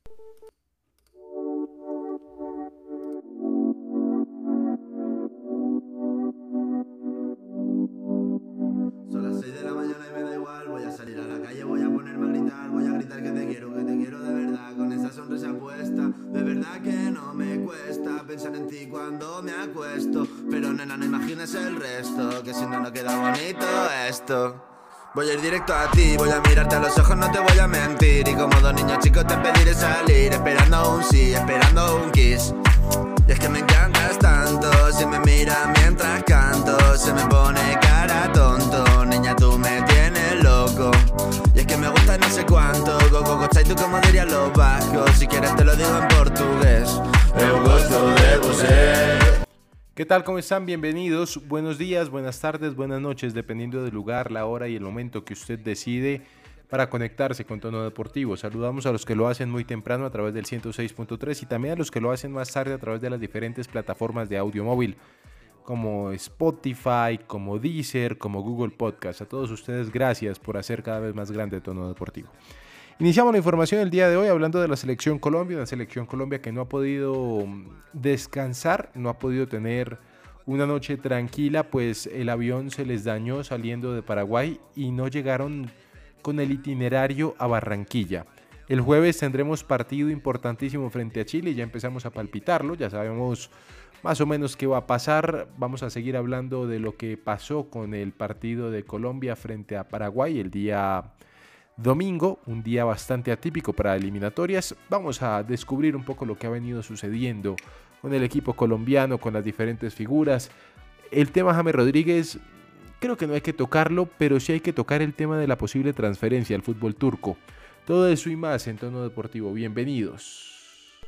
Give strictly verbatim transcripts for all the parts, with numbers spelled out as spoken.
Son las seis de la mañana y me da igual. Voy a salir a la calle, voy a ponerme a gritar. Voy a gritar que te quiero, que te quiero de verdad. Con esa sonrisa puesta, de verdad que no me cuesta pensar en ti cuando me acuesto. Pero nena, no imagines el resto, que si no, no queda bonito esto. Voy a ir directo a ti, voy a mirarte a los ojos, no te voy a mentir. Y como dos niños chicos te pediré salir, esperando un sí, esperando un kiss. Y es que me encantas tanto, si me miras mientras canto, se me pone cara tonto. Niña, tú me tienes loco. Y es que me gusta no sé cuánto. Go, go, go, tú como dirían los vascos. Si quieres te lo digo en portugués. Eu gosto de você. ¿Qué tal? ¿Cómo están? Bienvenidos. Buenos días, buenas tardes, buenas noches, dependiendo del lugar, la hora y el momento que usted decide para conectarse con Tono Deportivo. Saludamos a los que lo hacen muy temprano a través del ciento seis punto tres y también a los que lo hacen más tarde a través de las diferentes plataformas de audio móvil, como Spotify, como Deezer, como Google Podcast. A todos ustedes, gracias por hacer cada vez más grande Tono Deportivo. Iniciamos la información el día de hoy hablando de la Selección Colombia, una Selección Colombia que no ha podido descansar, no ha podido tener una noche tranquila, pues el avión se les dañó saliendo de Paraguay y no llegaron con el itinerario a Barranquilla. El jueves tendremos partido importantísimo frente a Chile, ya empezamos a palpitarlo, ya sabemos más o menos qué va a pasar. Vamos a seguir hablando de lo que pasó con el partido de Colombia frente a Paraguay el día domingo, un día bastante atípico para eliminatorias. Vamos a descubrir un poco lo que ha venido sucediendo con el equipo colombiano, con las diferentes figuras. El tema James Rodríguez, creo que no hay que tocarlo, pero sí hay que tocar el tema de la posible transferencia al fútbol turco. Todo eso y más en Tono Deportivo. Bienvenidos.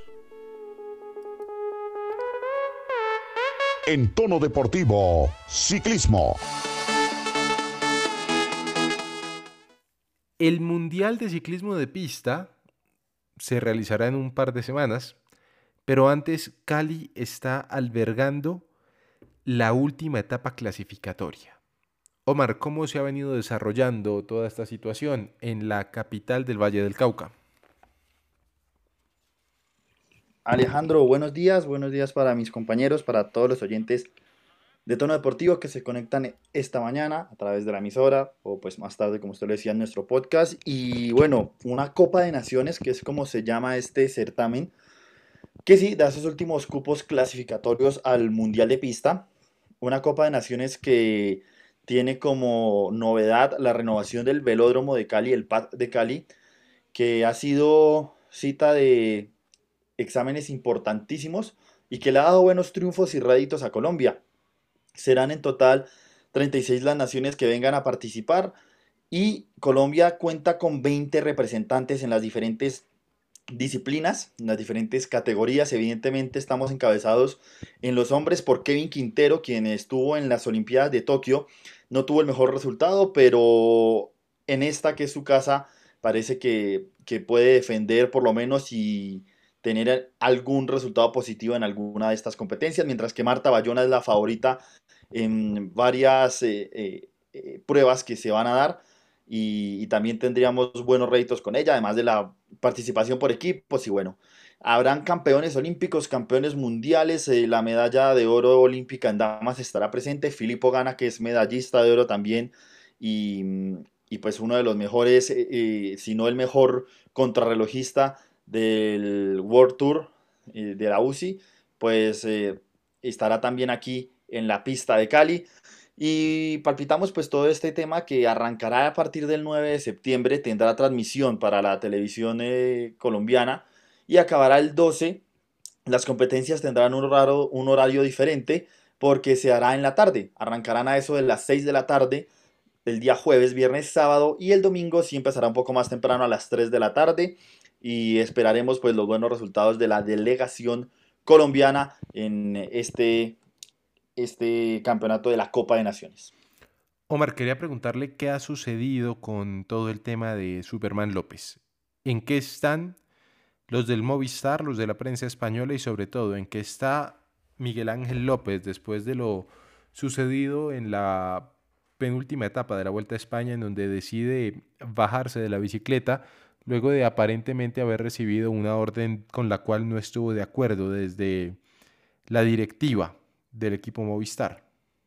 En Tono Deportivo, ciclismo. El Mundial de Ciclismo de Pista se realizará en un par de semanas, pero antes Cali está albergando la última etapa clasificatoria. Omar, ¿cómo se ha venido desarrollando toda esta situación en la capital del Valle del Cauca? Alejandro, buenos días, buenos días para mis compañeros, para todos los oyentes de Tono Deportivo que se conectan esta mañana a través de la emisora o pues más tarde, como usted lo decía, en nuestro podcast. Y bueno, una Copa de Naciones, que es como se llama este certamen, que sí, da esos últimos cupos clasificatorios al Mundial de Pista. Una Copa de Naciones que tiene como novedad la renovación del velódromo de Cali, el P A D de Cali, que ha sido cita de exámenes importantísimos y que le ha dado buenos triunfos y réditos a Colombia. Serán en total treinta y seis las naciones que vengan a participar y Colombia cuenta con veinte representantes en las diferentes disciplinas, en las diferentes categorías. Evidentemente estamos encabezados en los hombres por Kevin Quintero, quien estuvo en las Olimpiadas de Tokio. No tuvo el mejor resultado, pero en esta que es su casa parece que, que puede defender por lo menos y tener algún resultado positivo en alguna de estas competencias, mientras que Marta Bayona es la favorita en varias eh, eh, eh, pruebas que se van a dar y, y también tendríamos buenos réditos con ella, además de la participación por equipos y bueno, habrán campeones olímpicos, campeones mundiales, eh, la medalla de oro olímpica en damas estará presente, Filippo Ganna, que es medallista de oro también y, y pues uno de los mejores, eh, eh, si no el mejor contrarrelojista del World Tour eh, de la U C I, pues eh, estará también aquí en la pista de Cali y palpitamos pues todo este tema que arrancará a partir del nueve de septiembre, tendrá transmisión para la televisión eh, colombiana y acabará el doce. Las competencias tendrán un horario, un horario diferente porque se hará en la tarde, arrancarán a eso de las seis de la tarde el día jueves, viernes, sábado y el domingo sí empezará un poco más temprano a las tres de la tarde y esperaremos pues los buenos resultados de la delegación colombiana en este este campeonato de la Copa de Naciones. Omar, quería preguntarle qué ha sucedido con todo el tema de Superman López. ¿En qué están los del Movistar, los de la prensa española y sobre todo en qué está Miguel Ángel López después de lo sucedido en la penúltima etapa de la Vuelta a España en donde decide bajarse de la bicicleta luego de aparentemente haber recibido una orden con la cual no estuvo de acuerdo desde la directiva del equipo Movistar.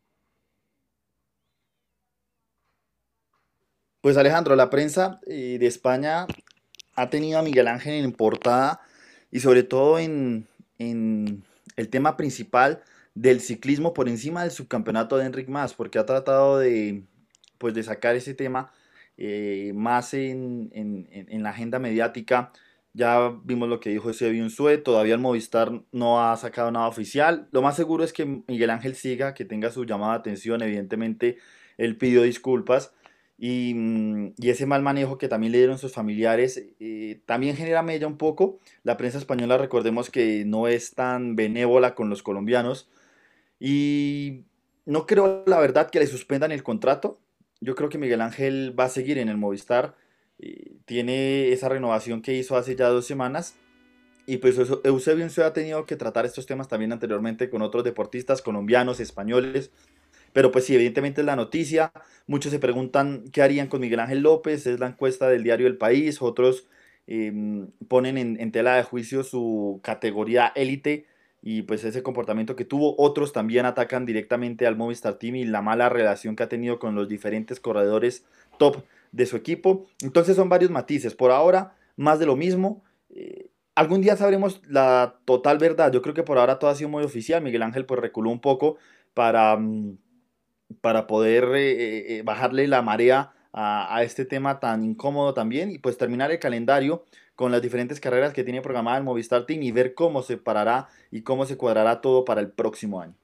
Pues Alejandro, la prensa eh, de España ha tenido a Miguel Ángel en portada y sobre todo en, en el tema principal del ciclismo por encima del subcampeonato de Enric Mas, porque ha tratado de, pues, de sacar ese tema eh, más en, en, en, la agenda mediática. Ya vimos lo que dijo Sebi Unzué, todavía el Movistar no ha sacado nada oficial. Lo más seguro es que Miguel Ángel siga, que tenga su llamada de atención. Evidentemente, él pidió disculpas. Y, y ese mal manejo que también le dieron sus familiares eh, también genera mella un poco. La prensa española, recordemos que no es tan benévola con los colombianos. Y no creo, la verdad, que le suspendan el contrato. Yo creo que Miguel Ángel va a seguir en el Movistar. Eh, tiene esa renovación que hizo hace ya dos semanas. Y pues Eusebio Unzué ha tenido que tratar estos temas también anteriormente con otros deportistas colombianos, españoles. Pero pues sí, evidentemente es la noticia. Muchos se preguntan qué harían con Miguel Ángel López. Es la encuesta del diario El País. Otros eh, ponen en, en tela de juicio su categoría élite y pues ese comportamiento que tuvo. Otros también atacan directamente al Movistar Team y la mala relación que ha tenido con los diferentes corredores top de su equipo. Entonces son varios matices. Por ahora, más de lo mismo. Eh, algún día sabremos la total verdad. Yo creo que por ahora todo ha sido muy oficial. Miguel Ángel pues reculó un poco para... Um, para poder eh, eh, bajarle la marea a, a este tema tan incómodo también y pues terminar el calendario con las diferentes carreras que tiene programada el Movistar Team y ver cómo se parará y cómo se cuadrará todo para el próximo año.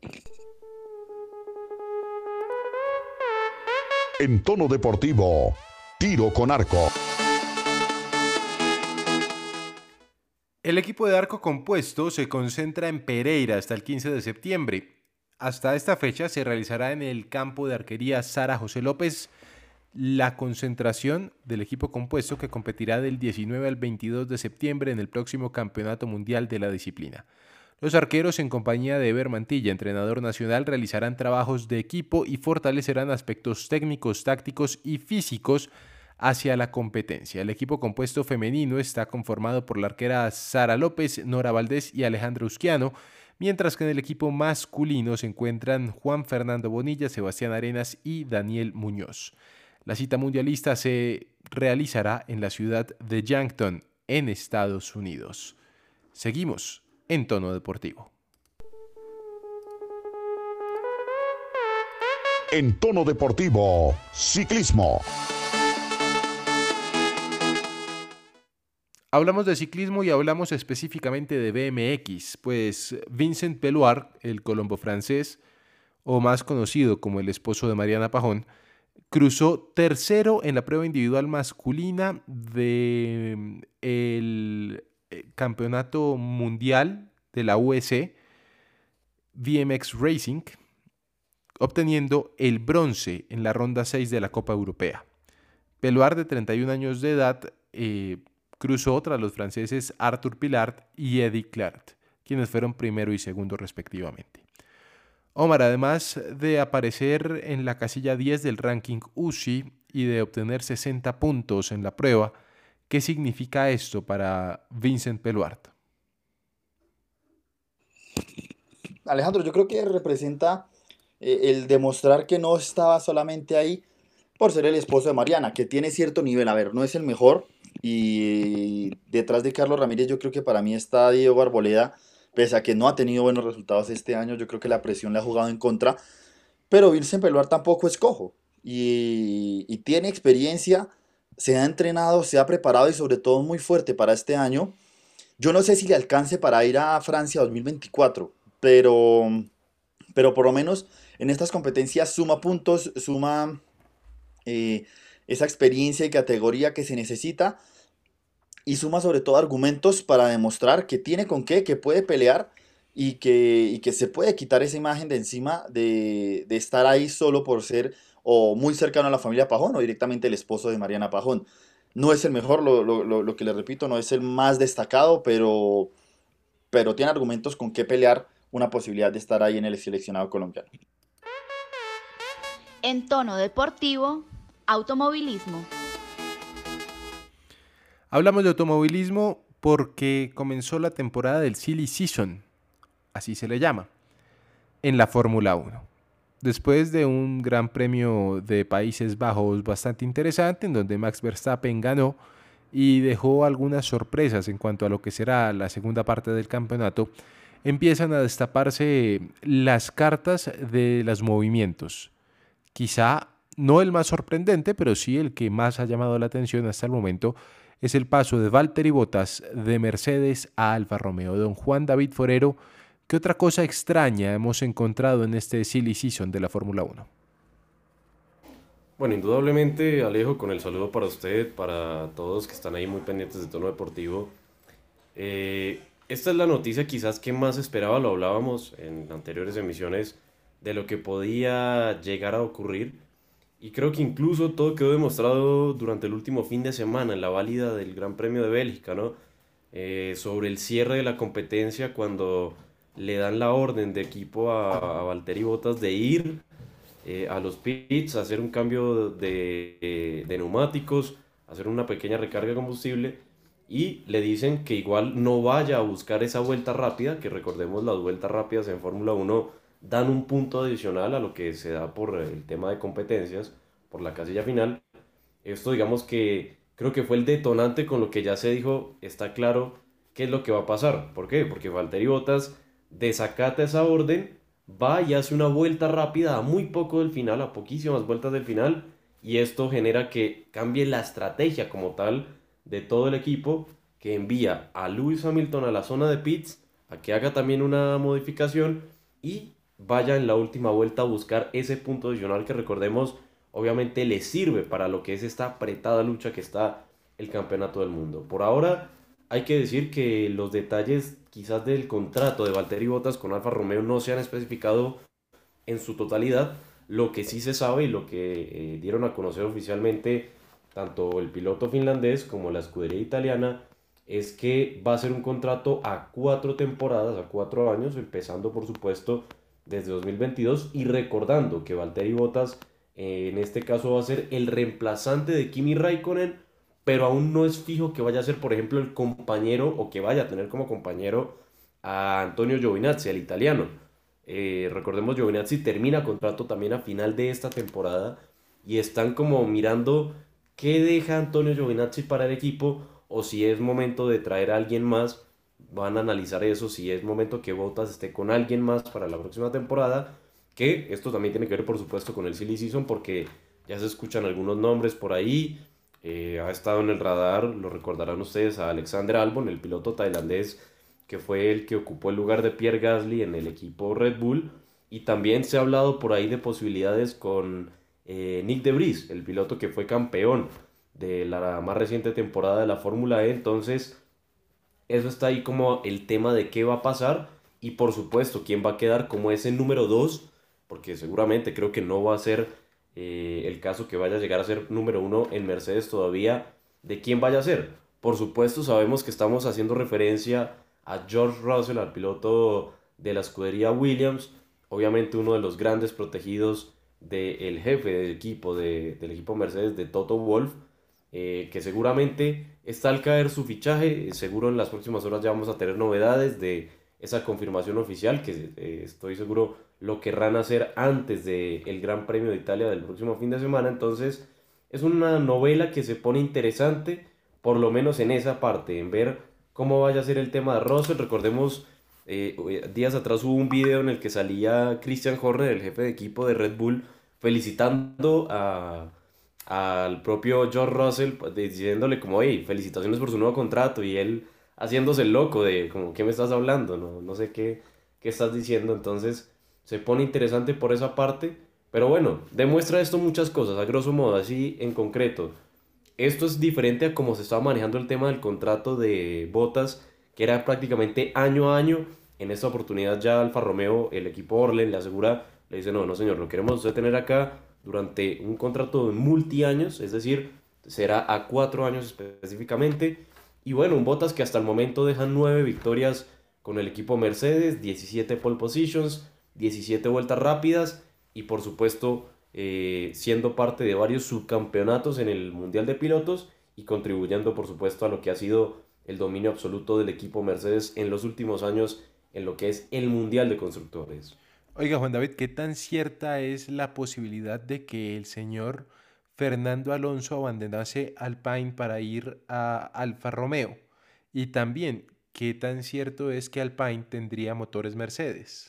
En tono deportivo, Tiro con Arco. El equipo de arco compuesto se concentra en Pereira hasta el quince de septiembre. Hasta esta fecha se realizará en el campo de arquería Sara José López la concentración del equipo compuesto que competirá del diecinueve al veintidós de septiembre en el próximo Campeonato Mundial de la disciplina. Los arqueros, en compañía de Eber Mantilla, entrenador nacional, realizarán trabajos de equipo y fortalecerán aspectos técnicos, tácticos y físicos hacia la competencia. El equipo compuesto femenino está conformado por la arquera Sara López, Nora Valdés y Alejandra Usquiano, mientras que en el equipo masculino se encuentran Juan Fernando Bonilla, Sebastián Arenas y Daniel Muñoz. La cita mundialista se realizará en la ciudad de Yankton, en Estados Unidos. Seguimos en tono deportivo. En tono deportivo, ciclismo. Hablamos de ciclismo y hablamos específicamente de B M X, pues Vincent Peluard, el colombo francés, o más conocido como el esposo de Mariana Pajón, cruzó tercero en la prueba individual masculina del campeonato mundial de la U E C B M X Racing, obteniendo el bronce en la ronda seis de la Copa Europea. Peluard, de treinta y un años de edad, eh, cruzó tras los franceses Arthur Pilard y Eddy Clerc, quienes fueron primero y segundo respectivamente. Omar, además de aparecer en la casilla diez del ranking U C I y de obtener sesenta puntos en la prueba, ¿qué significa esto para Vincent Peluard? Alejandro, yo creo que representa eh, el demostrar que no estaba solamente ahí por ser el esposo de Mariana, que tiene cierto nivel. A ver, no es el mejor. Y detrás de Carlos Ramírez yo creo que para mí está Diego Arboleda, pese a que no ha tenido buenos resultados este año. Yo creo que la presión le ha jugado en contra, pero Vincent Peluard tampoco es cojo y, y tiene experiencia, se ha entrenado, se ha preparado y sobre todo muy fuerte para este año. Yo no sé si le alcance para ir a Francia dos mil veinticuatro, pero, pero por lo menos en estas competencias suma puntos, suma eh, esa experiencia y categoría que se necesita y suma sobre todo argumentos para demostrar que tiene con qué, que puede pelear y que, y que se puede quitar esa imagen de encima de, de estar ahí solo por ser o muy cercano a la familia Pajón o directamente el esposo de Mariana Pajón. No es el mejor, lo, lo, lo, lo que le repito, no es el más destacado, pero, pero tiene argumentos con qué pelear una posibilidad de estar ahí en el seleccionado colombiano. En tono deportivo, automovilismo. Hablamos de automovilismo porque comenzó la temporada del Silly Season, así se le llama, en la Fórmula uno. Después de un gran premio de Países Bajos bastante interesante, en donde Max Verstappen ganó y dejó algunas sorpresas en cuanto a lo que será la segunda parte del campeonato, empiezan a destaparse las cartas de los movimientos. Quizá no el más sorprendente, pero sí el que más ha llamado la atención hasta el momento, es el paso de Valtteri Bottas de Mercedes a Alfa Romeo. Don Juan David Forero, ¿qué otra cosa extraña hemos encontrado en este Silly Season de la Fórmula uno? Bueno, indudablemente, Alejo, con el saludo para usted, para todos que están ahí muy pendientes de Tono Deportivo. Eh, esta es la noticia quizás que más esperaba, lo hablábamos en anteriores emisiones, de lo que podía llegar a ocurrir. Y creo que incluso todo quedó demostrado durante el último fin de semana en la válida del Gran Premio de Bélgica, ¿no? Eh, sobre el cierre de la competencia cuando le dan la orden de equipo a, a Valtteri Bottas de ir eh, a los pits, a hacer un cambio de, de, de neumáticos, hacer una pequeña recarga de combustible y le dicen que igual no vaya a buscar esa vuelta rápida, que recordemos las vueltas rápidas en Fórmula uno dan un punto adicional a lo que se da por el tema de competencias, por la casilla final. Esto digamos que creo que fue el detonante con lo que ya se dijo, está claro qué es lo que va a pasar. ¿Por qué? Porque Valtteri Bottas desacata esa orden, va y hace una vuelta rápida a muy poco del final, a poquísimas vueltas del final, y esto genera que cambie la estrategia como tal de todo el equipo, que envía a Lewis Hamilton a la zona de pits, a que haga también una modificación y vaya en la última vuelta a buscar ese punto adicional que recordemos obviamente le sirve para lo que es esta apretada lucha que está el campeonato del mundo. Por ahora hay que decir que los detalles quizás del contrato de Valtteri Bottas con Alfa Romeo no se han especificado en su totalidad. Lo que sí se sabe y lo que eh, dieron a conocer oficialmente tanto el piloto finlandés como la escudería italiana es que va a ser un contrato a cuatro temporadas, a cuatro años, empezando por supuesto desde dos mil veintidós y recordando que Valtteri Bottas eh, en este caso va a ser el reemplazante de Kimi Raikkonen, pero aún no es fijo que vaya a ser por ejemplo el compañero o que vaya a tener como compañero a Antonio Giovinazzi, el italiano. Eh, recordemos Giovinazzi termina contrato también a final de esta temporada y están como mirando qué deja Antonio Giovinazzi para el equipo o si es momento de traer a alguien más. Van a analizar eso, si es momento que Bottas esté con alguien más para la próxima temporada, que esto también tiene que ver por supuesto con el Silly Season porque ya se escuchan algunos nombres por ahí. Eh, ha estado en el radar, lo recordarán ustedes, a Alexander Albon, el piloto tailandés que fue el que ocupó el lugar de Pierre Gasly en el equipo Red Bull, y también se ha hablado por ahí de posibilidades con eh, Nick de Vries, el piloto que fue campeón de la más reciente temporada de la Fórmula E. Entonces eso está ahí como el tema de qué va a pasar y por supuesto quién va a quedar como ese número dos, porque seguramente creo que no va a ser eh, el caso que vaya a llegar a ser número uno en Mercedes todavía, de quién vaya a ser. Por supuesto sabemos que estamos haciendo referencia a George Russell, al piloto de la escudería Williams, obviamente uno de los grandes protegidos del jefe del equipo, de, del equipo Mercedes, de Toto Wolff, eh, que seguramente está al caer su fichaje. Seguro en las próximas horas ya vamos a tener novedades de esa confirmación oficial, que eh, estoy seguro lo querrán hacer antes del Gran Premio de Italia del próximo fin de semana. Entonces es una novela que se pone interesante, por lo menos en esa parte, en ver cómo vaya a ser el tema de Russell. Recordemos, eh, días atrás hubo un video en el que salía Christian Horner, el jefe de equipo de Red Bull, felicitando a, al propio George Russell, diciéndole como, hey, felicitaciones por su nuevo contrato, y él haciéndose el loco de, como, ¿qué me estás hablando? No, no sé qué, qué estás diciendo. Entonces se pone interesante por esa parte, pero bueno, demuestra esto muchas cosas, a grosso modo, así en concreto. Esto es diferente a cómo se estaba manejando el tema del contrato de Bottas, que era prácticamente año a año. En esta oportunidad ya Alfa Romeo, el equipo Orlen, le asegura, le dice, no, no señor, lo queremos usted tener acá durante un contrato de multiaños, es decir, será a cuatro años específicamente. Y bueno, un Bottas que hasta el momento deja nueve victorias con el equipo Mercedes, diecisiete pole positions, diecisiete vueltas rápidas y por supuesto Eh, siendo parte de varios subcampeonatos en el Mundial de Pilotos y contribuyendo por supuesto a lo que ha sido el dominio absoluto del equipo Mercedes en los últimos años en lo que es el Mundial de Constructores. Oiga, Juan David, ¿qué tan cierta es la posibilidad de que el señor Fernando Alonso abandonase Alpine para ir a Alfa Romeo? Y también, ¿qué tan cierto es que Alpine tendría motores Mercedes?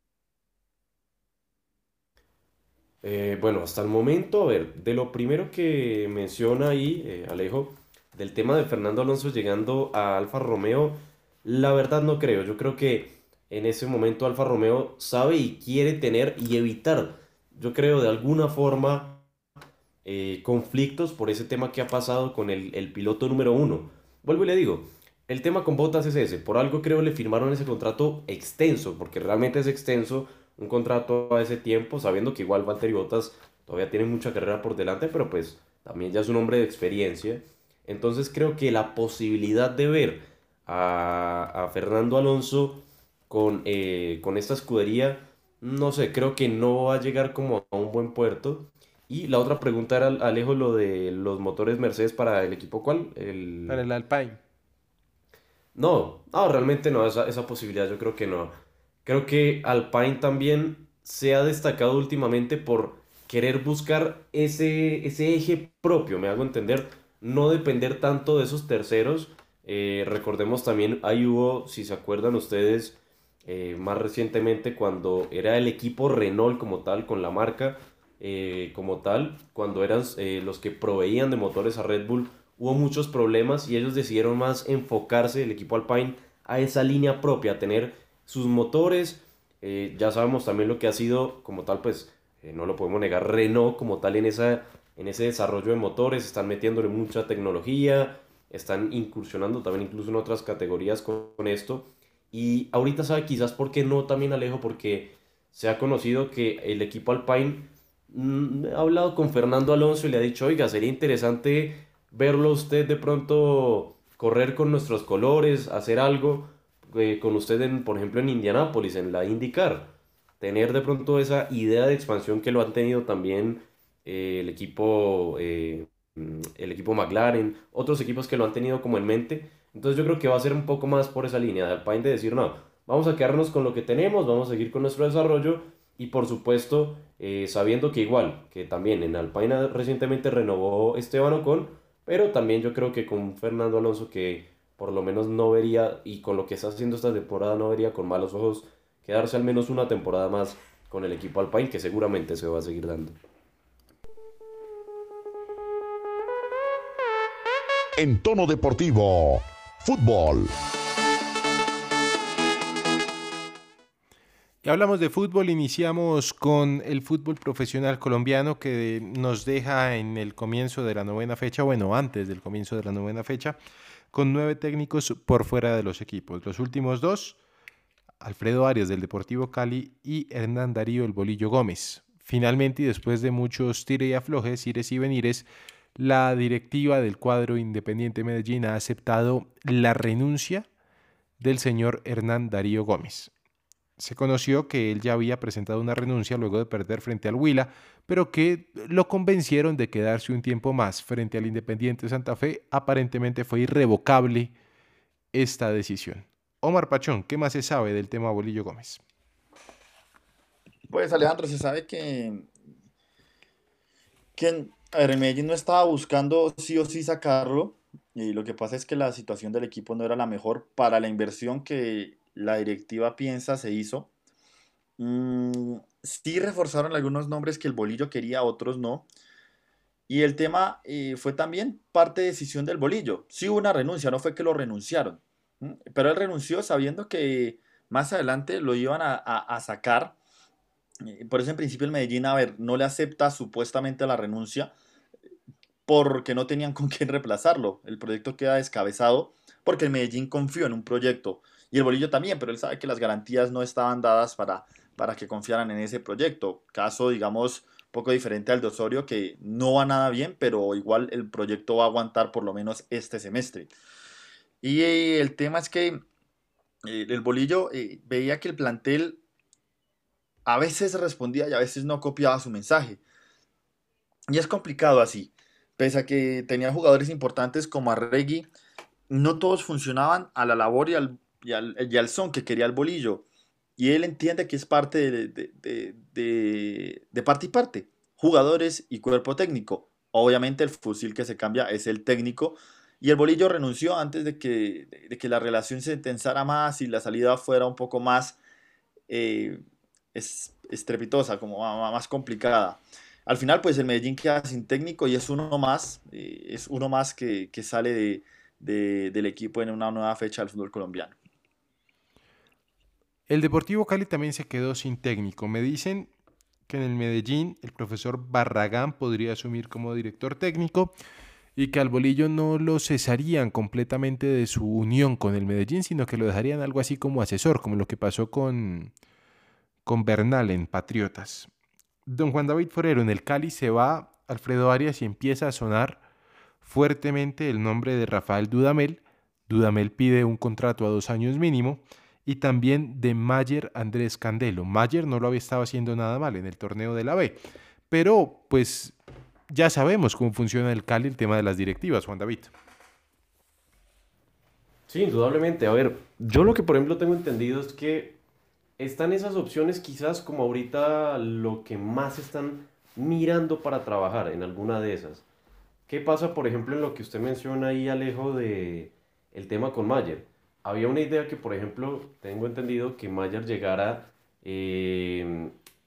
Eh, bueno, hasta el momento, a ver, de lo primero que menciona ahí, eh, Alejo, del tema de Fernando Alonso llegando a Alfa Romeo, la verdad no creo. Yo creo que en ese momento Alfa Romeo sabe y quiere tener y evitar, yo creo de alguna forma, eh, conflictos por ese tema que ha pasado con el, el piloto número uno. Vuelvo y le digo, el tema con Bottas es ese. Por algo creo le firmaron ese contrato extenso, porque realmente es extenso un contrato a ese tiempo, sabiendo que igual Valtteri Bottas todavía tiene mucha carrera por delante, pero pues también ya es un hombre de experiencia. Entonces creo que la posibilidad de ver a, a Fernando Alonso con, eh, con esta escudería, no sé, creo que no va a llegar como a un buen puerto. Y la otra pregunta era, Alejo, lo de los motores Mercedes para el equipo, ¿cuál? Para El... el Alpine. No, no, realmente no, esa, esa posibilidad yo creo que no. Creo que Alpine también se ha destacado últimamente por querer buscar ese, ese eje propio, me hago entender, no depender tanto de esos terceros. Eh, recordemos también, ahí hubo, si se acuerdan ustedes, eh, más recientemente cuando era el equipo Renault como tal, con la marca eh, como tal, cuando eran eh, los que proveían de motores a Red Bull, hubo muchos problemas y ellos decidieron más enfocarse, el equipo Alpine, a esa línea propia, a tener sus motores. Eh, ya sabemos también lo que ha sido como tal, pues eh, no lo podemos negar, Renault como tal en, esa, en ese desarrollo de motores, están metiéndole mucha tecnología, están incursionando también incluso en otras categorías con, con esto. Y ahorita sabe quizás por qué no también, Alejo, porque se ha conocido que el equipo Alpine mmm, ha hablado con Fernando Alonso y le ha dicho, oiga, sería interesante verlo a usted de pronto correr con nuestros colores, hacer algo eh, con usted, en, por ejemplo, en Indianápolis, en la IndyCar. Tener de pronto esa idea de expansión que lo han tenido también eh, el equipo, eh, mm, el equipo McLaren, otros equipos que lo han tenido como en mente. Entonces yo creo que va a ser un poco más por esa línea de Alpine de decir, no, vamos a quedarnos con lo que tenemos, vamos a seguir con nuestro desarrollo y por supuesto eh, sabiendo que igual, que también en Alpine recientemente renovó Esteban Ocon, pero también yo creo que con Fernando Alonso que por lo menos no vería, y con lo que está haciendo esta temporada no vería con malos ojos quedarse al menos una temporada más con el equipo Alpine, que seguramente se va a seguir dando. En tono deportivo, fútbol. Y hablamos de fútbol, iniciamos con el fútbol profesional colombiano que nos deja en el comienzo de la novena fecha, bueno, antes del comienzo de la novena fecha, con nueve técnicos por fuera de los equipos. Los últimos dos, Alfredo Arias del Deportivo Cali y Hernán Darío el Bolillo Gómez. Finalmente, y después de muchos tire y aflojes, ires y venires, la directiva del cuadro Independiente Medellín ha aceptado la renuncia del señor Hernán Darío Gómez. Se conoció que él ya había presentado una renuncia luego de perder frente al Huila, pero que lo convencieron de quedarse un tiempo más frente al Independiente Santa Fe. Aparentemente fue irrevocable esta decisión. Omar Pachón, ¿qué más se sabe del tema Bolillo Gómez? Pues Alejandro, se sabe que, que a ver, el Medellín no estaba buscando sí o sí sacarlo, y lo que pasa es que la situación del equipo no era la mejor para la inversión que la directiva piensa se hizo. Mm, sí reforzaron algunos nombres que el Bolillo quería, otros no. Y el tema eh, fue también parte de decisión del Bolillo. Sí hubo una renuncia, no fue que lo renunciaron. ¿Mm? Pero él renunció sabiendo que más adelante lo iban a, a- a sacar. Eh, Por eso en principio el Medellín, a ver, no le acepta supuestamente la renuncia porque no tenían con quién reemplazarlo. El proyecto queda descabezado porque el Medellín confió en un proyecto y el Bolillo también, pero él sabe que las garantías no estaban dadas para, para que confiaran en ese proyecto. Caso, digamos, poco diferente al de Osorio, que no va nada bien, pero igual el proyecto va a aguantar por lo menos este semestre. Y eh, el tema es que eh, el Bolillo eh, veía que el plantel a veces respondía y a veces no copiaba su mensaje. Y es complicado así. pese a que tenía jugadores importantes como Arregui, no todos funcionaban a la labor y al, y al, y al son que quería el Bolillo. Y él entiende que es parte de, de, de, de, de parte y parte, jugadores y cuerpo técnico. Obviamente el fusil que se cambia es el técnico. Y el Bolillo renunció antes de que, de que la relación se tensara más y la salida fuera un poco más eh, es, estrepitosa, como más complicada. Al final, pues el Medellín queda sin técnico y es uno más, eh, es uno más que, que sale de, de, del equipo en una nueva fecha del fútbol colombiano. El Deportivo Cali también se quedó sin técnico. Me dicen que en el Medellín el profesor Barragán podría asumir como director técnico y que al Bolillo no lo cesarían completamente de su unión con el Medellín, sino que lo dejarían algo así como asesor, como lo que pasó con, con Bernal en Patriotas. Don Juan David Forero, en el Cali se va Alfredo Arias y empieza a sonar fuertemente el nombre de Rafael Dudamel. Dudamel pide un contrato a dos años mínimo y también de Mayer Andrés Candelo. Mayer no lo había estado haciendo nada mal en el torneo de la B, pero pues ya sabemos cómo funciona el Cali el tema de las directivas, Juan David. Sí, indudablemente. A ver, yo lo que por ejemplo tengo entendido es que están esas opciones quizás como ahorita lo que más están mirando para trabajar en alguna de esas. ¿Qué pasa, por ejemplo, en lo que usted menciona ahí, Alejo, de el tema con Mayer? Había una idea que, por ejemplo, tengo entendido que Mayer llegara eh,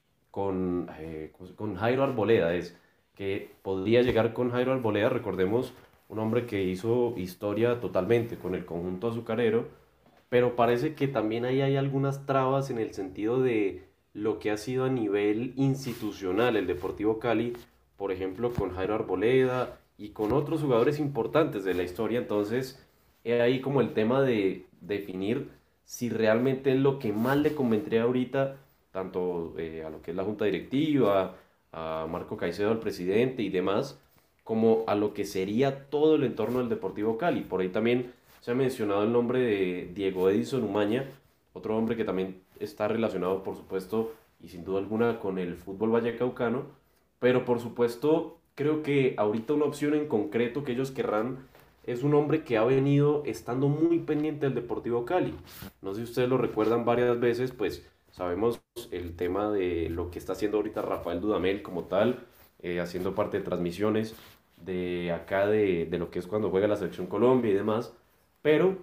con, eh, con Jairo Arboleda, es que podría llegar con Jairo Arboleda, recordemos, un hombre que hizo historia totalmente con el conjunto azucarero, pero parece que también ahí hay algunas trabas en el sentido de lo que ha sido a nivel institucional el Deportivo Cali, por ejemplo, con Jairo Arboleda y con otros jugadores importantes de la historia. Entonces, es ahí como el tema de definir si realmente es lo que más le convendría ahorita, tanto eh, a lo que es la junta directiva, a Marco Caicedo, al presidente y demás, como a lo que sería todo el entorno del Deportivo Cali. Por ahí también se ha mencionado el nombre de Diego Edison Umaña, otro hombre que también está relacionado, por supuesto, y sin duda alguna con el fútbol vallecaucano, pero por supuesto creo que ahorita una opción en concreto que ellos querrán es un hombre que ha venido estando muy pendiente del Deportivo Cali. No sé si ustedes lo recuerdan varias veces, pues sabemos el tema de lo que está haciendo ahorita Rafael Dudamel como tal, eh, haciendo parte de transmisiones de acá de, de lo que es cuando juega la Selección Colombia y demás, pero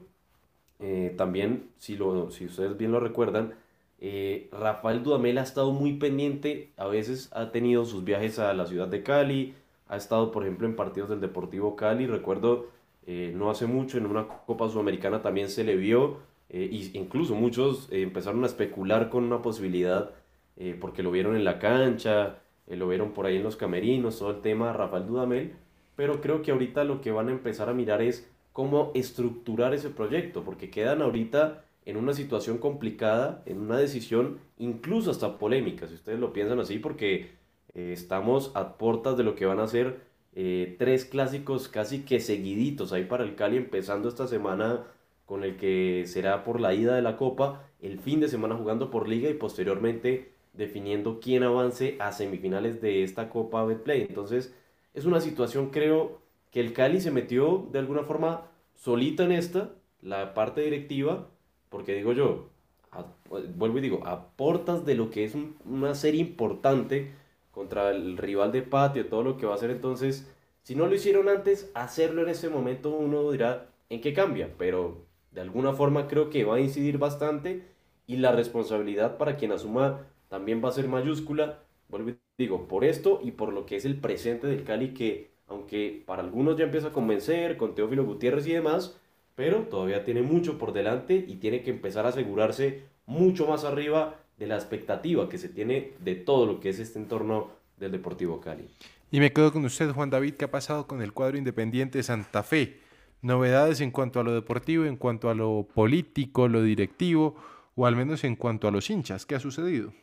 eh, también, si, lo, si ustedes bien lo recuerdan, eh, Rafael Dudamel ha estado muy pendiente, a veces ha tenido sus viajes a la ciudad de Cali, ha estado por ejemplo en partidos del Deportivo Cali, recuerdo eh, no hace mucho en una Copa Sudamericana también se le vio, eh, y incluso muchos eh, empezaron a especular con una posibilidad, eh, porque lo vieron en la cancha, eh, lo vieron por ahí en los camerinos, todo el tema de Rafael Dudamel, pero creo que ahorita lo que van a empezar a mirar es cómo estructurar ese proyecto, porque quedan ahorita en una situación complicada, en una decisión incluso hasta polémica, si ustedes lo piensan así, porque eh, estamos a puertas de lo que van a ser eh, tres clásicos casi que seguiditos ahí para el Cali, empezando esta semana con el que será por la ida de la Copa, el fin de semana jugando por Liga y posteriormente definiendo quién avance a semifinales de esta Copa Betplay. Entonces es una situación, creo, que el Cali se metió de alguna forma solita en esta, la parte directiva, porque digo yo, a, vuelvo y digo, a portas de lo que es un, una serie importante contra el rival de patio, todo lo que va a hacer. Entonces, si no lo hicieron antes, hacerlo en ese momento uno dirá, ¿en qué cambia? Pero de alguna forma creo que va a incidir bastante y la responsabilidad para quien asuma también va a ser mayúscula, vuelvo y digo, por esto y por lo que es el presente del Cali, que aunque para algunos ya empieza a convencer con Teófilo Gutiérrez y demás, pero todavía tiene mucho por delante y tiene que empezar a asegurarse mucho más arriba de la expectativa que se tiene de todo lo que es este entorno del Deportivo Cali. Y me quedo con usted, Juan David, ¿qué ha pasado con el cuadro Independiente Santa Fe? Novedades en cuanto a lo deportivo, en cuanto a lo político, lo directivo, o al menos en cuanto a los hinchas, ¿qué ha sucedido?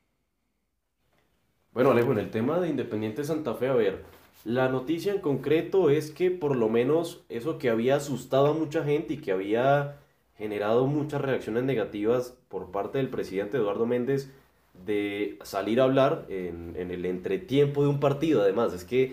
Bueno, Alejo, en el tema de Independiente Santa Fe, a ver, la noticia en concreto es que por lo menos eso que había asustado a mucha gente y que había generado muchas reacciones negativas por parte del presidente Eduardo Méndez de salir a hablar en, en el entretiempo de un partido. Además, es que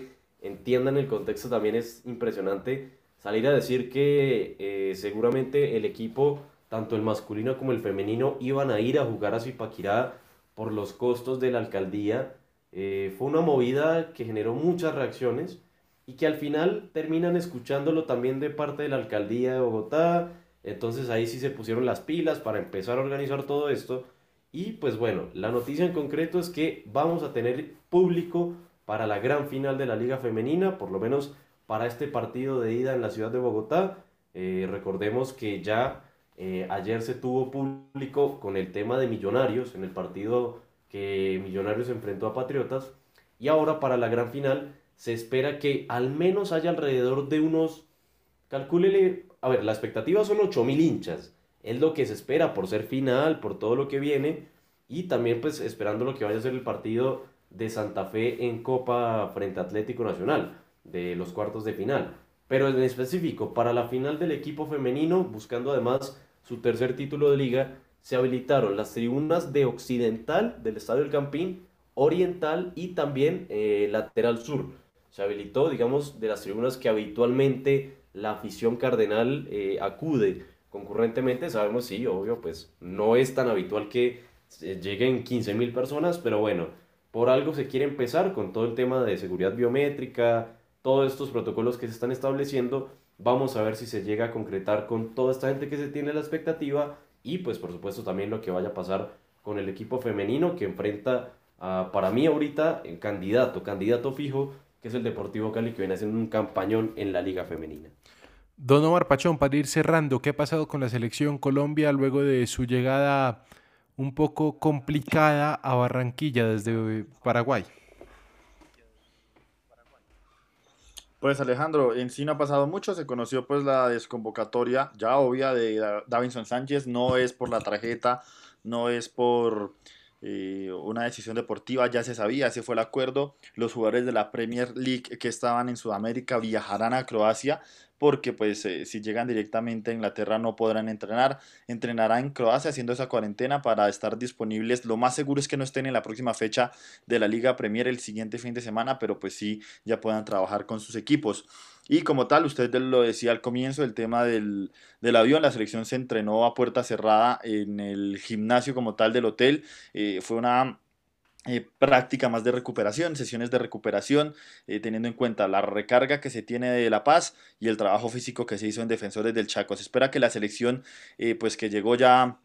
entiendan el contexto, también es impresionante salir a decir que eh, seguramente el equipo, tanto el masculino como el femenino, iban a ir a jugar a Zipaquirá por los costos de la alcaldía. Eh, fue una movida que generó muchas reacciones y que al final terminan escuchándolo también de parte de la alcaldía de Bogotá. Entonces ahí sí se pusieron las pilas para empezar a organizar todo esto. Y pues bueno, la noticia en concreto es que vamos a tener público para la gran final de la Liga Femenina, por lo menos para este partido de ida en la ciudad de Bogotá. Eh, recordemos que ya eh, ayer se tuvo público con el tema de Millonarios, en el partido que Millonarios enfrentó a Patriotas, y ahora para la gran final se espera que al menos haya alrededor de unos, calcúlele, a ver, la expectativa son ocho mil hinchas, es lo que se espera por ser final, por todo lo que viene, y también pues esperando lo que vaya a ser el partido de Santa Fe en Copa frente a Atlético Nacional, de los cuartos de final. Pero en específico, para la final del equipo femenino, buscando además su tercer título de liga, se habilitaron las tribunas de Occidental del Estadio El Campín, Oriental y también eh, Lateral Sur. Se habilitó, digamos, de las tribunas que habitualmente la afición cardenal eh, acude concurrentemente. Sabemos, sí, obvio, pues no es tan habitual que eh, lleguen quince mil personas, pero bueno, por algo se quiere empezar con todo el tema de seguridad biométrica, todos estos protocolos que se están estableciendo. Vamos a ver si se llega a concretar con toda esta gente que se tiene la expectativa y pues por supuesto también lo que vaya a pasar con el equipo femenino que enfrenta a, para mí ahorita, el candidato, candidato fijo, que es el Deportivo Cali, que viene haciendo un campañón en la Liga Femenina. Don Omar Pachón, para ir cerrando, ¿qué ha pasado con la selección Colombia luego de su llegada un poco complicada a Barranquilla desde Paraguay? Pues Alejandro, en sí no ha pasado mucho, se conoció pues la desconvocatoria ya obvia de Da- Davinson Sánchez, no es por la tarjeta, no es por eh, una decisión deportiva, ya se sabía, ese fue el acuerdo, los jugadores de la Premier League que estaban en Sudamérica viajarán a Croacia porque pues eh, si llegan directamente a Inglaterra no podrán entrenar, entrenarán en Croacia haciendo esa cuarentena para estar disponibles, lo más seguro es que no estén en la próxima fecha de la Liga Premier el siguiente fin de semana, pero pues sí ya puedan trabajar con sus equipos. Y como tal, usted lo decía al comienzo, el tema del, del avión, la selección se entrenó a puerta cerrada en el gimnasio como tal del hotel, eh, fue una eh, práctica más de recuperación, sesiones de recuperación, eh, teniendo en cuenta la recarga que se tiene de La Paz y el trabajo físico que se hizo en Defensores del Chaco. Se espera que la selección, eh, pues que llegó ya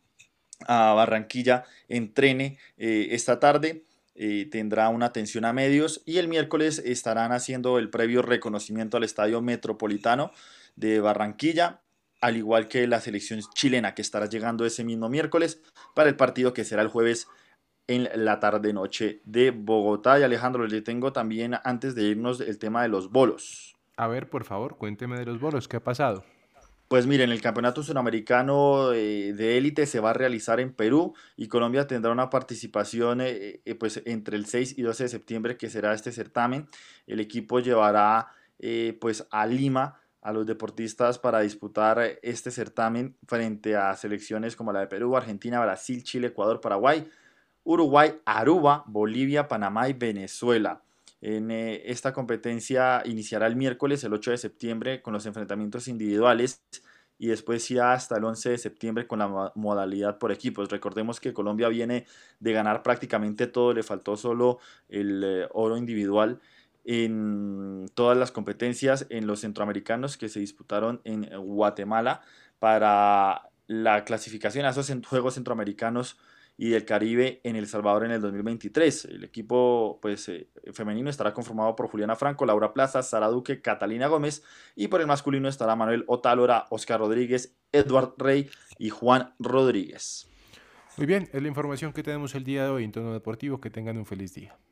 a Barranquilla, entrene eh, esta tarde. Eh, tendrá una atención a medios y el miércoles estarán haciendo el previo reconocimiento al Estadio Metropolitano de Barranquilla, al igual que la selección chilena que estará llegando ese mismo miércoles para el partido que será el jueves en la tarde-noche de Bogotá. Y Alejandro, le tengo también, antes de irnos, el tema de los bolos. A ver, por favor, cuénteme de los bolos, ¿qué ha pasado? Pues miren, el Campeonato Sudamericano eh, de Élite se va a realizar en Perú y Colombia tendrá una participación eh, eh, pues entre el seis y doce de septiembre que será este certamen. El equipo llevará eh, pues a Lima a los deportistas para disputar este certamen frente a selecciones como la de Perú, Argentina, Brasil, Chile, Ecuador, Paraguay, Uruguay, Aruba, Bolivia, Panamá y Venezuela. En eh, esta competencia iniciará el miércoles, el ocho de septiembre, con los enfrentamientos individuales y después ya hasta el once de septiembre con la modalidad por equipos. Recordemos que Colombia viene de ganar prácticamente todo, le faltó solo el eh, oro individual en todas las competencias en los centroamericanos que se disputaron en Guatemala para la clasificación a esos Juegos Centroamericanos y del Caribe en El Salvador en el dos mil veintitrés. El equipo pues, eh, femenino estará conformado por Juliana Franco, Laura Plaza, Sara Duque, Catalina Gómez, y por el masculino estará Manuel Otálora, Oscar Rodríguez, Edward Rey y Juan Rodríguez. Muy bien, es la información que tenemos el día de hoy en Tono Deportivo. Que tengan un feliz día.